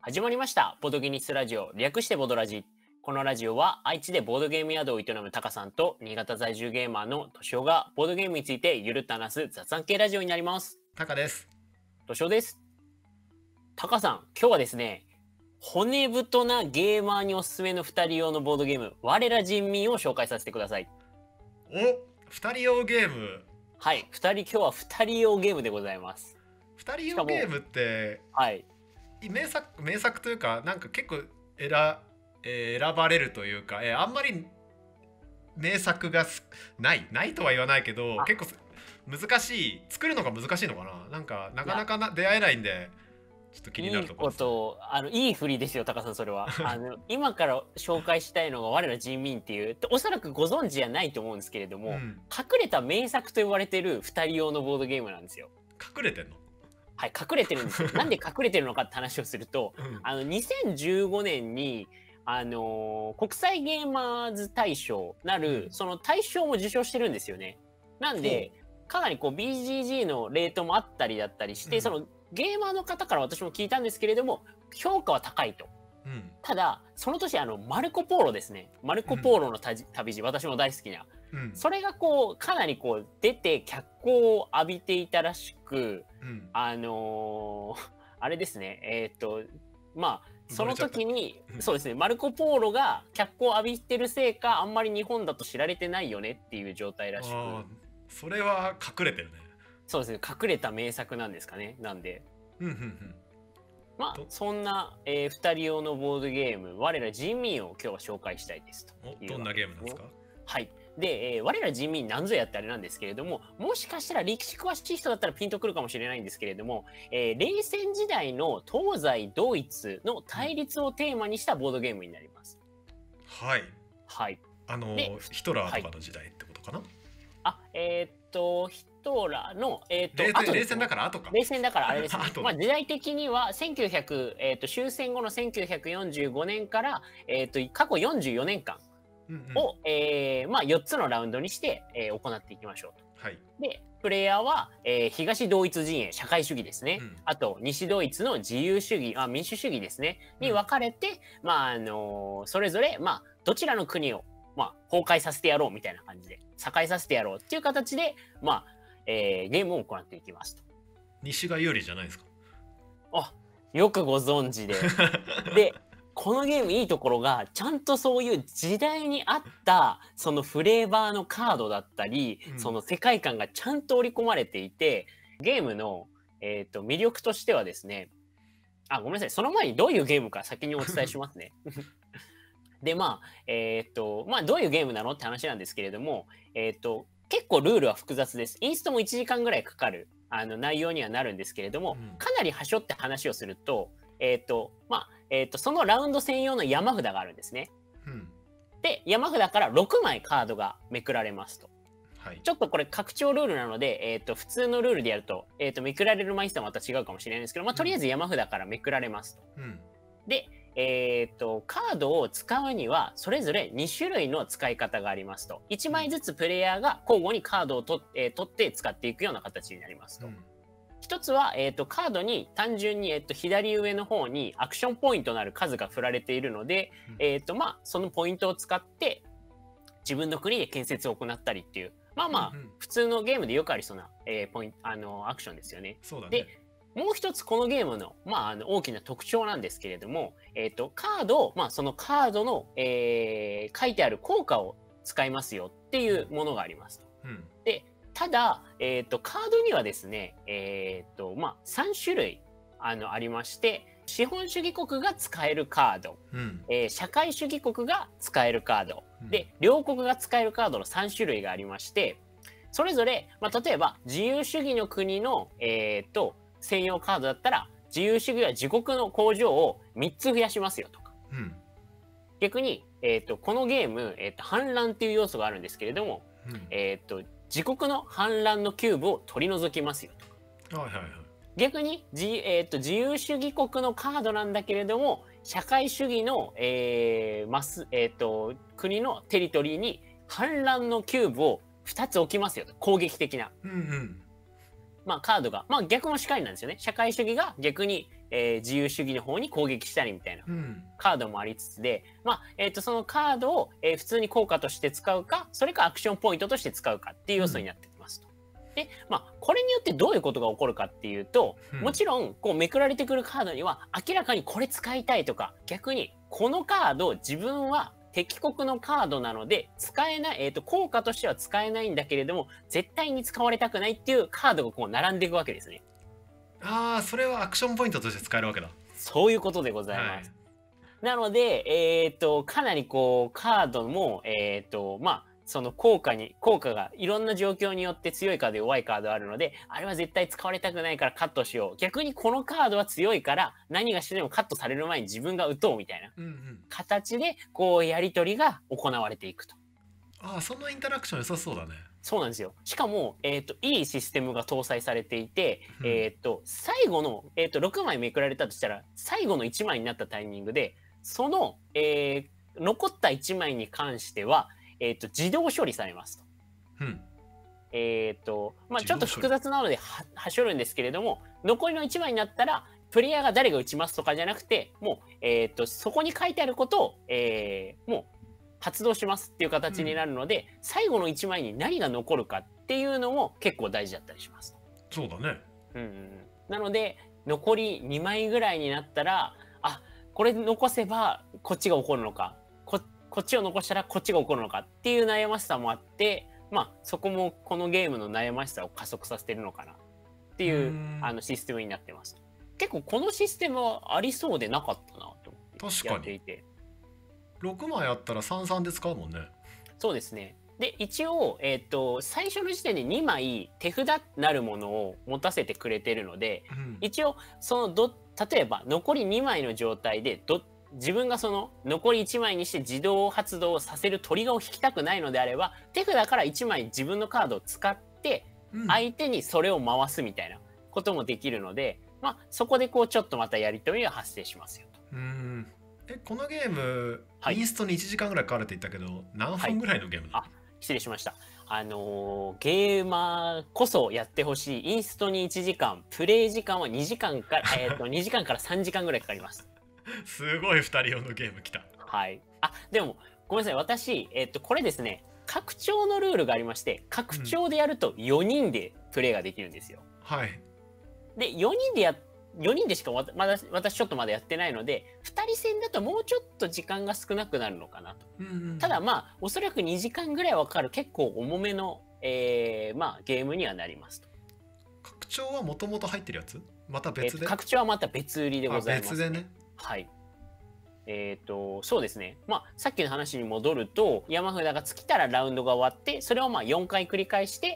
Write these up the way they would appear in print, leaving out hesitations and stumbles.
始まりました。ボドゲニスラジオ、略してボドラジ。このラジオは愛知でボードゲーム宿を営むタカさんと新潟在住ゲーマーのトシオがボードゲームについてゆるっと話す雑談系ラジオになります。 タカです。 トシオです。タカさん、今日はですね、骨太なゲーマーにおすすめの2人用のボードゲーム、我ら人民を紹介させてください。 お、2人用ゲーム。 はい、今日は2人用ゲームでございます。 2人用ゲームって、 はい、 名作というか、なんか結構選ばれるというか、あんまり名作がないとは言わないけど、結構難しい、作るのが難しいのかな。なんかなかなか出会えないんで、ちょっと気になるところです。 いい振りですよ、タカさん。それは今から紹介したいのが我ら人民っていう、おそらくご存知じゃないと思うんですけれども、隠れた名作と呼ばれてる2人用のボードゲームなんですよ。 隠れてんの？ はい、隠れてるんですよ。なんで隠れてるのかって話をすると、2015年に国際ゲーマーズ大賞なる、その大賞も受賞してるんですよね。なんでかなりこう BGG のレートもあったりだったりして、そのゲーマーの方から私も聞いたんですけれども、評価は高いと。ただその年マルコ・ポーロですね。マルコ・ポーロの旅路、私も大好きな、それがこうかなりこう出て脚光を浴びていたらしく、あれですね、まあその時にそうですね、マルコ・ポーロが脚光を浴びてるせいか、あんまり日本だと知られてないよねっていう状態らしく。 それは隠れてるね。 そうですね、隠れた名作なんですかね。なんでまあそんな、2人用のボードゲーム、我ら人民を今日は紹介したいですという。 どんなゲームなんですか？ はい。で、我ら人民なんぞやってあれなんですけれども、もしかしたら歴史詳しい人だったらピンとくるかもしれないんですけれども、冷戦時代の東西ドイツの対立をテーマにしたボードゲームになります。 はい。 はい。 ヒトラーとかの時代ってことかな？ ヒトラーの、 冷戦だから後か。 冷戦だからあれですね。まあ時代的には終戦後の1945年から、過去44年間を、まあ4つのラウンドにして、行っていきましょうと。 はい、でプレイヤーは、東ドイツ陣営社会主義ですね、あと西ドイツの自由主義民主主義ですねに分かれて、まあそれぞれ、まあ、どちらの国を、まあ、崩壊させてやろうみたいな感じで栄えさせてやろうっていう形で、まあゲームを行っていきますと。 西が有利じゃないですか？ あ、よくご存知ででこのゲームいいところが、ちゃんとそういう時代に合ったそのフレーバーのカードだったり、その世界観がちゃんと織り込まれていて、ゲームの、魅力としてはですね、ごめんなさい、その前にどういうゲームか先にお伝えしますね。でまあどういうゲームなのって話なんですけれども、結構ルールは複雑です。インストも1時間ぐらいかかる内容にはなるんですけれども、かなりはしょって話をすると、そのラウンド専用の山札があるんですね。で山札から6枚カードがめくられますと。ちょっとこれ拡張ルールなので、普通のルールでやると、めくられる枚数はまた違うかもしれないんですけど、まあ、とりあえず山札からめくられますと。でカードを使うにはそれぞれ2種類の使い方がありますと。1枚ずつプレイヤーが交互にカードを取って使っていくような形になりますと。一つは、カードに単純に、左上の方にアクションポイントなる数が振られているので、まあ、そのポイントを使って自分の国で建設を行ったりっていう、普通のゲームでよくありそうな、アクションですよね。 そうだね。 でもう一つこのゲームの、大きな特徴なんですけれども、カードを、そのカードの、書いてある効果を使いますよっていうものがありますと。でただ、カードにはですね、3種類ありまして、資本主義国が使えるカード、社会主義国が使えるカード、で両国が使えるカードの3種類がありまして、それぞれ、例えば自由主義の国の、専用カードだったら、自由主義は自国の工場を3つ増やしますよとか、逆に、このゲーム、反乱っていう要素があるんですけれども、自国の反乱のキューブを取り除きますよとか、逆に自由主義国のカードなんだけれども、社会主義の、国のテリトリーに反乱のキューブを2つ置きますよと。攻撃的な、カードが、逆もしかりなんですよね。社会主義が逆に、 自由主義の方に攻撃したりみたいなうんカードもありつつで、そのカードを、普通に効果として使うか、それかアクションポイントとして使うかっていう要素になってきますと。で、これによってどういうことが起こるかっていうと、もちろんこうめくられてくるカードには明らかにこれ使いたいとか、逆にこのカード自分は敵国のカードなので使えない、効果としては使えないんだけれども絶対に使われたくないっていうカードがこう並んでいくわけですね。 ああ、それはアクションポイントとして使えるわけだ。 そういうことでございます。なので、かなりこうカードも、その効果がいろんな状況によって強いカード弱いカードあるので、あれは絶対使われたくないからカットしよう、逆にこのカードは強いから何がしてでもカットされる前に自分が打とうみたいな形でこうやり取りが行われていくと。 ああ、そのインタラクション良さそうだね。 そうなんですよ。しかも、いいシステムが搭載されていて、最後の、6枚めくられたとしたら最後の1枚になったタイミングでその、残った1枚に関しては自動処理されますと。ちょっと複雑なのではしょるんですけれども、残りの1枚になったらプレイヤーが誰が打ちますとかじゃなくて、もう、そこに書いてあることを、もう発動しますっていう形になるので、最後の1枚に何が残るかっていうのも結構大事だったりします。 そうだね。 なので残り2枚ぐらいになったら、これ残せばこっちが起こるのか、こっちを残したらこっちが起こるのかっていう悩ましさもあって、そこもこのゲームの悩ましさを加速させてるのかなっていうシステムになってます。結構このシステムはありそうでなかったなと思ってやっていて。 6枚あったら33で使うもんね。そうですね。で一応、最初の時点で2枚手札なるものを持たせてくれてるので、一応その例えば残り2枚の状態で自分がその残り1枚にして自動発動させるトリガーを引きたくないのであれば、手札から1枚自分のカードを使って相手にそれを回すみたいなこともできるので、そこでこうちょっとまたやり取りが発生しますよと。 このゲーム、インストに1時間ぐらいかかるって言ったけど、何分ぐらいのゲームなの？ 失礼しました。ゲーマーこそやってほしいインストに1時間、プレイ時間は2時間から2時間から3時間ぐらいかかります。 すごい2人用のゲーム来た。 でもごめんなさい、私これですね、拡張のルールがありまして、拡張でやると4人でプレイができるんですよ。で4人でしか私ちょっとまだやってないので、2人戦だともうちょっと時間が少なくなるのかなと。ただおそらく2時間ぐらいはかかる結構重めの、ゲームにはなりますと。 拡張はもともと入ってるやつ？また別で？ 拡張はまた別売りでございます、 別でね。 そうですね。さっきの話に戻ると、山札が尽きたらラウンドが終わって、それを4回繰り返して、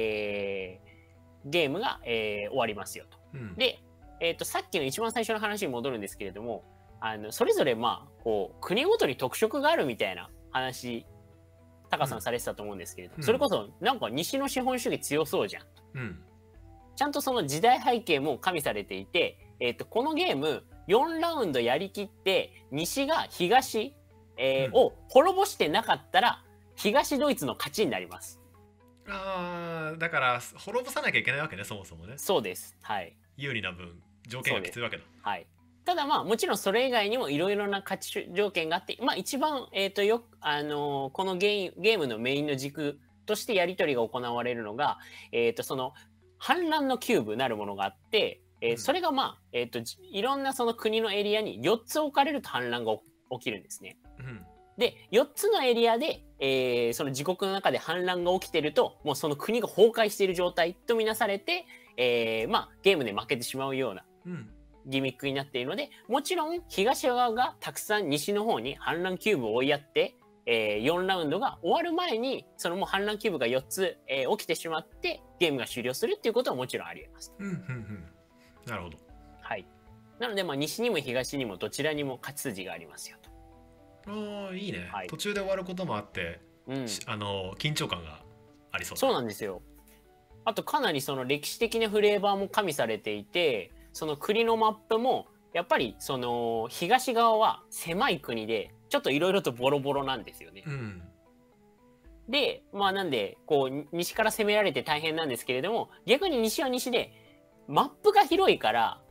ゲームが、終わりますよと。でさっきの一番最初の話に戻るんですけれども、それぞれこう国ごとに特色があるみたいな話タカさんされてたと思うんですけれど、それこそなんか西の資本主義強そうじゃん、ちゃんとその時代背景も加味されていて、このゲーム4ラウンドやりきって西が東、を滅ぼしてなかったら東ドイツの勝ちになります。 だから滅ぼさなきゃいけないわけね、そもそもね。 そうです。 有利な分条件がきついわけだ。 ただもちろんそれ以外にもいろいろな勝ち条件があって、一番、このゲームのメインの軸としてやり取りが行われるのが、その反乱のキューブなるものがあって、それがいろんなその国のエリアに4つ置かれると反乱が起きるんですね。で4つのエリアで、その自国の中で反乱が起きてると、もうその国が崩壊している状態とみなされて、ゲームで負けてしまうようなギミックになっているので、もちろん東側がたくさん西の方に反乱キューブを追いやって、4ラウンドが終わる前にそのもう反乱キューブが4つ、起きてしまってゲームが終了するっていうことはもちろんありえます。 なるほど。 なので西にも東にもどちらにも勝ち筋がありますよと。 いいね、途中で終わることもあって、緊張感がありそうだ。 そうなんですよ。あとかなりその歴史的なフレーバーも加味されていて、その国のマップもやっぱりその東側は狭い国でちょっといろいろとボロボロなんですよね。でなんでこう西から攻められて大変なんですけれども、逆に西は西でマップが広いから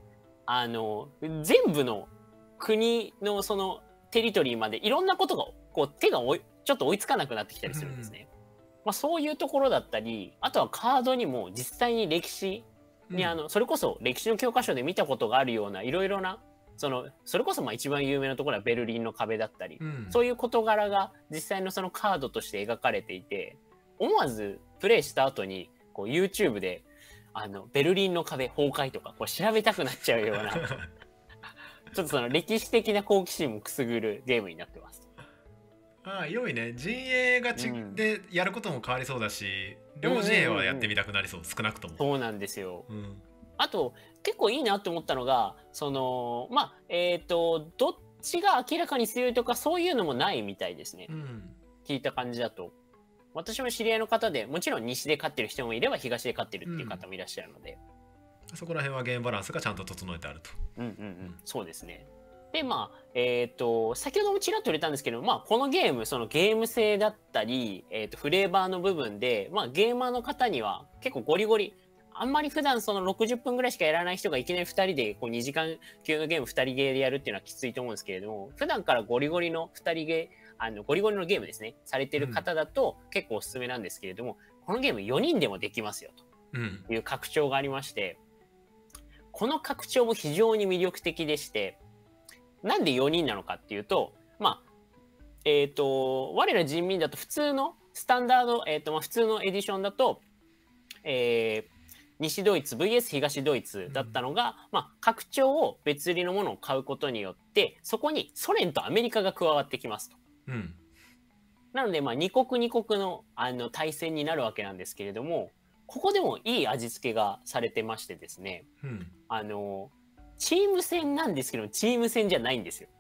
全部の国のそのテリトリーまでいろんなことがこう手がちょっと追いつかなくなってきたりするんですね。まあ、そういうところだったり、あとはカードにも実際に歴史にそれこそ歴史の教科書で見たことがあるようないろいろなそれこそまあ一番有名なところはベルリンの壁だったり、そういう事柄が実際のそのカードとして描かれていて、思わずプレイした後にこう YouTube でベルリンの壁崩壊とかこう調べたくなっちゃうようなちょっとその歴史的な好奇心もくすぐるゲームになってます。 良いね。陣営がでやることも変わりそうだし、両陣営はやってみたくなりそう、少なくとも。 そうなんですよ。あと結構いいなって思ったのがまあどっちが明らかに強いとかそういうのもないみたいですね。聞いた感じだと。私も知り合いの方でもちろん西で勝ってる人もいれば東で勝ってるっていう方もいらっしゃるので、 そこら辺はゲームバランスがちゃんと整えてあると。 そうですね。でまあ先ほどもちらっと言ったんですけど、まあ、このゲームそのゲーム性だったり、フレーバーの部分で、まあ、ゲーマーの方には結構ゴリゴリあんまり普段その60分ぐらいしかやらない人がいきなり2人でこう2時間級のゲーム2人ゲーでやるっていうのはきついと思うんですけれども、普段からゴリゴリの2人ゲーゴリゴリのゲームですねされてる方だと結構おすすめなんですけれども、このゲーム4人でもできますよという拡張がありまして、この拡張も非常に魅力的でして、なんで4人なのかっていうと、まあ我ら人民だと普通のスタンダード、まあ、普通のエディションだと、西ドイツ VS 東ドイツだったのが、まあ、拡張を別売りのものを買うことによってそこにソ連とアメリカが加わってきますと。なので、まあ、2国2国の対戦になるわけなんですけれども、ここでもいい味付けがされてましてですね、チーム戦なんですけどチーム戦じゃないんですよ。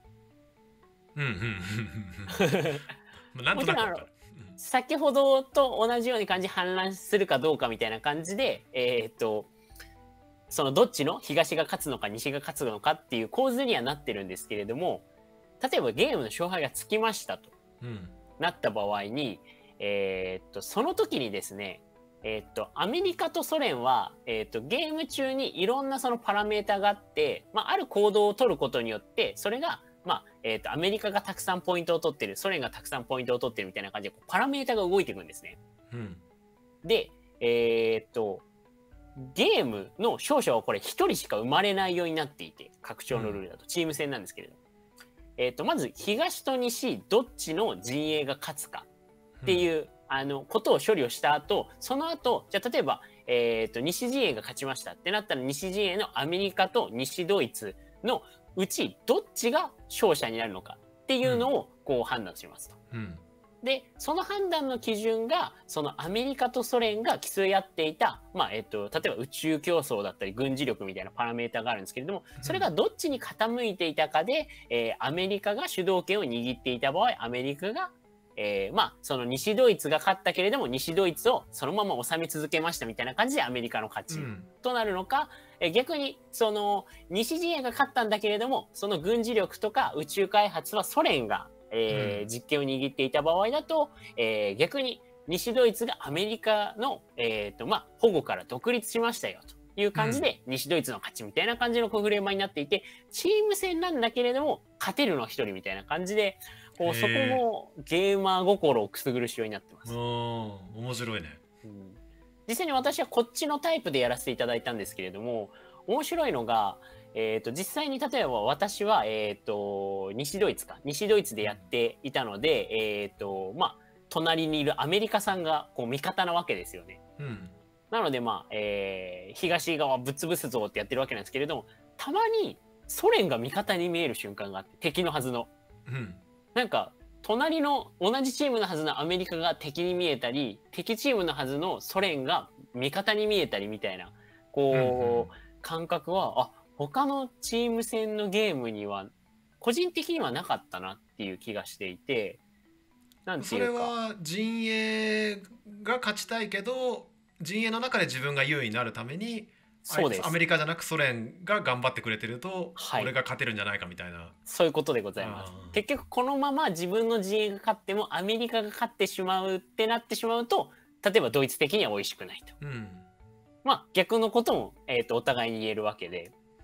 もちろん先ほどと同じように感じ反乱するかどうかみたいな感じでそのどっちの東が勝つのか西が勝つのかっていう構図にはなってるんですけれども、例えばゲームの勝敗がつきましたと、なった場合にその時にですねアメリカとソ連は、ゲーム中にいろんなそのパラメータがあって、まあ、ある行動を取ることによってそれが、まあアメリカがたくさんポイントを取ってるソ連がたくさんポイントを取ってるみたいな感じでパラメータが動いていくんですね。でゲームの勝者はこれ1人しか生まれないようになっていて、拡張のルールだとチーム戦なんですけれど、まず東と西どっちの陣営が勝つかっていうことを処理をした後、その後じゃあ例えば、西陣営が勝ちましたってなったら西陣営のアメリカと西ドイツのうちどっちが勝者になるのかっていうのをこう判断しますと。でその判断の基準がそのアメリカとソ連が競い合っていた、まあ例えば宇宙競争だったり軍事力みたいなパラメータがあるんですけれども、それがどっちに傾いていたかで、アメリカが主導権を握っていた場合アメリカがまあその西ドイツが勝ったけれども西ドイツをそのまま収め続けましたみたいな感じでアメリカの勝ちとなるのか、逆にその西陣営が勝ったんだけれどもその軍事力とか宇宙開発はソ連が、実権を握っていた場合だと、逆に西ドイツがアメリカの、まあ、保護から独立しましたよという感じで、西ドイツの勝ちみたいな感じのフレーマーになっていて、チーム戦なんだけれども勝てるのは1人みたいな感じでこうそこもゲーマー心をくすぐる仕様になってます。 面白いね。 実際に私はこっちのタイプでやらせていただいたんですけれども、面白いのが、実際に例えば私は、西ドイツでやっていたので、まあ、隣にいるアメリカさんがこう味方なわけですよね。なので、まあ東側ぶっ潰すぞってやってるわけなんですけれども、たまにソ連が味方に見える瞬間があって、敵のはずの。なんか隣の同じチームのはずのアメリカが敵に見えたり、敵チームのはずのソ連が味方に見えたりみたいなこう、感覚は他のチーム戦のゲームには個人的にはなかったなっていう気がしていて、なんていうか、 それは陣営が勝ちたいけど陣営の中で自分が優位になるために、そうです、アメリカじゃなくソ連が頑張ってくれてると、俺が勝てるんじゃないかみたいな、 そういうことでございます。結局このまま自分の陣営が勝ってもアメリカが勝ってしまうってなってしまうと、例えばドイツ的には美味しくないと、まあ逆のことも、お互いに言えるわけで、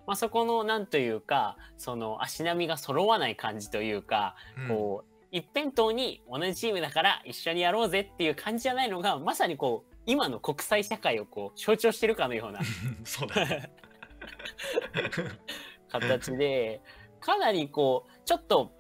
まあ、そこのなんというかその足並みが揃わない感じというか、こう一辺倒に同じチームだから一緒にやろうぜっていう感じじゃないのがまさにこう今の国際社会をこう象徴してるかのようなそうだね。 形でかなりこうちょっと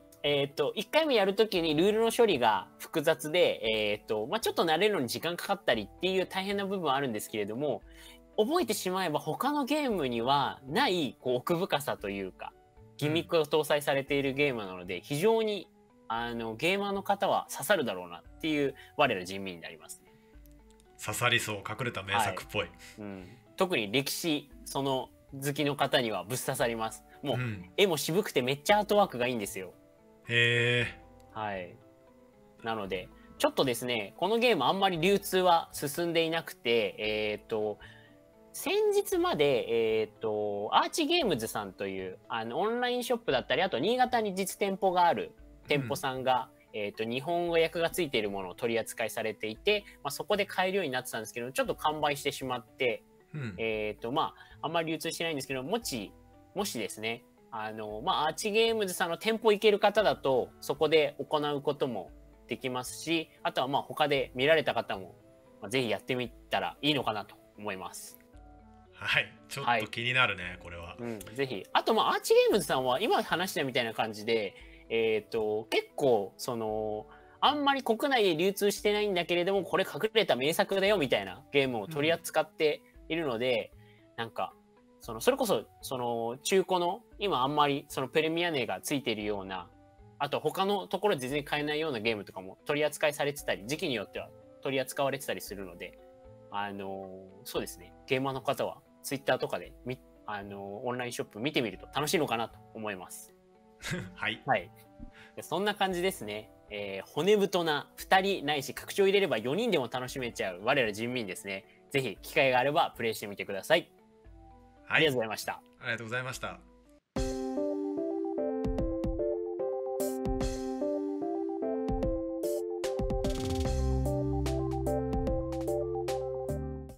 1回目やるときにルールの処理が複雑で、まあ、ちょっと慣れるのに時間かかったりっていう大変な部分はあるんですけれども、覚えてしまえば他のゲームにはないこう奥深さというかギミックが搭載されているゲームなので、非常にゲーマーの方は刺さるだろうなっていう我ら人民になりますね。 刺さりそう、隠れた名作っぽい、 特に歴史その好きの方にはぶっ刺さります。もう、絵も渋くてめっちゃアートワークがいいんですよ。 へえ。 はい。なのでちょっとですねこのゲームあんまり流通は進んでいなくて、先日まで、アーチゲームズさんというオンラインショップだったり、あと新潟に実店舗がある店舗さんが、日本語訳がついているものを取り扱いされていて、まあ、そこで買えるようになってたんですけど、ちょっと完売してしまって、まああんまり流通してないんですけど、もしですねまあ、アーチゲームズさんの店舗行ける方だとそこで行うこともできますし、あとはまあ他で見られた方も、まあ、ぜひやってみたらいいのかなと思います。 はい、ちょっと気になるね、これは。 ぜひ。あとまあアーチゲームズさんは今話したみたいな感じで、結構そのあんまり国内で流通してないんだけれどもこれ隠れた名作だよみたいなゲームを取り扱っているので、なんかそれこそその中古の今あんまりそのプレミア値がついているような、あと他のところで全然買えないようなゲームとかも取り扱いされてたり、時期によっては取り扱われてたりするので、そうですね、ゲーマーの方はツイッターとかでオンラインショップ見てみると楽しいのかなと思います。 はい、 はい、そんな感じですね。骨太な2人ないし拡張入れれば4人でも楽しめちゃう我ら人民ですね。ぜひ機会があればプレイしてみてください。 はい、 ありがとうございました。 ありがとうございました。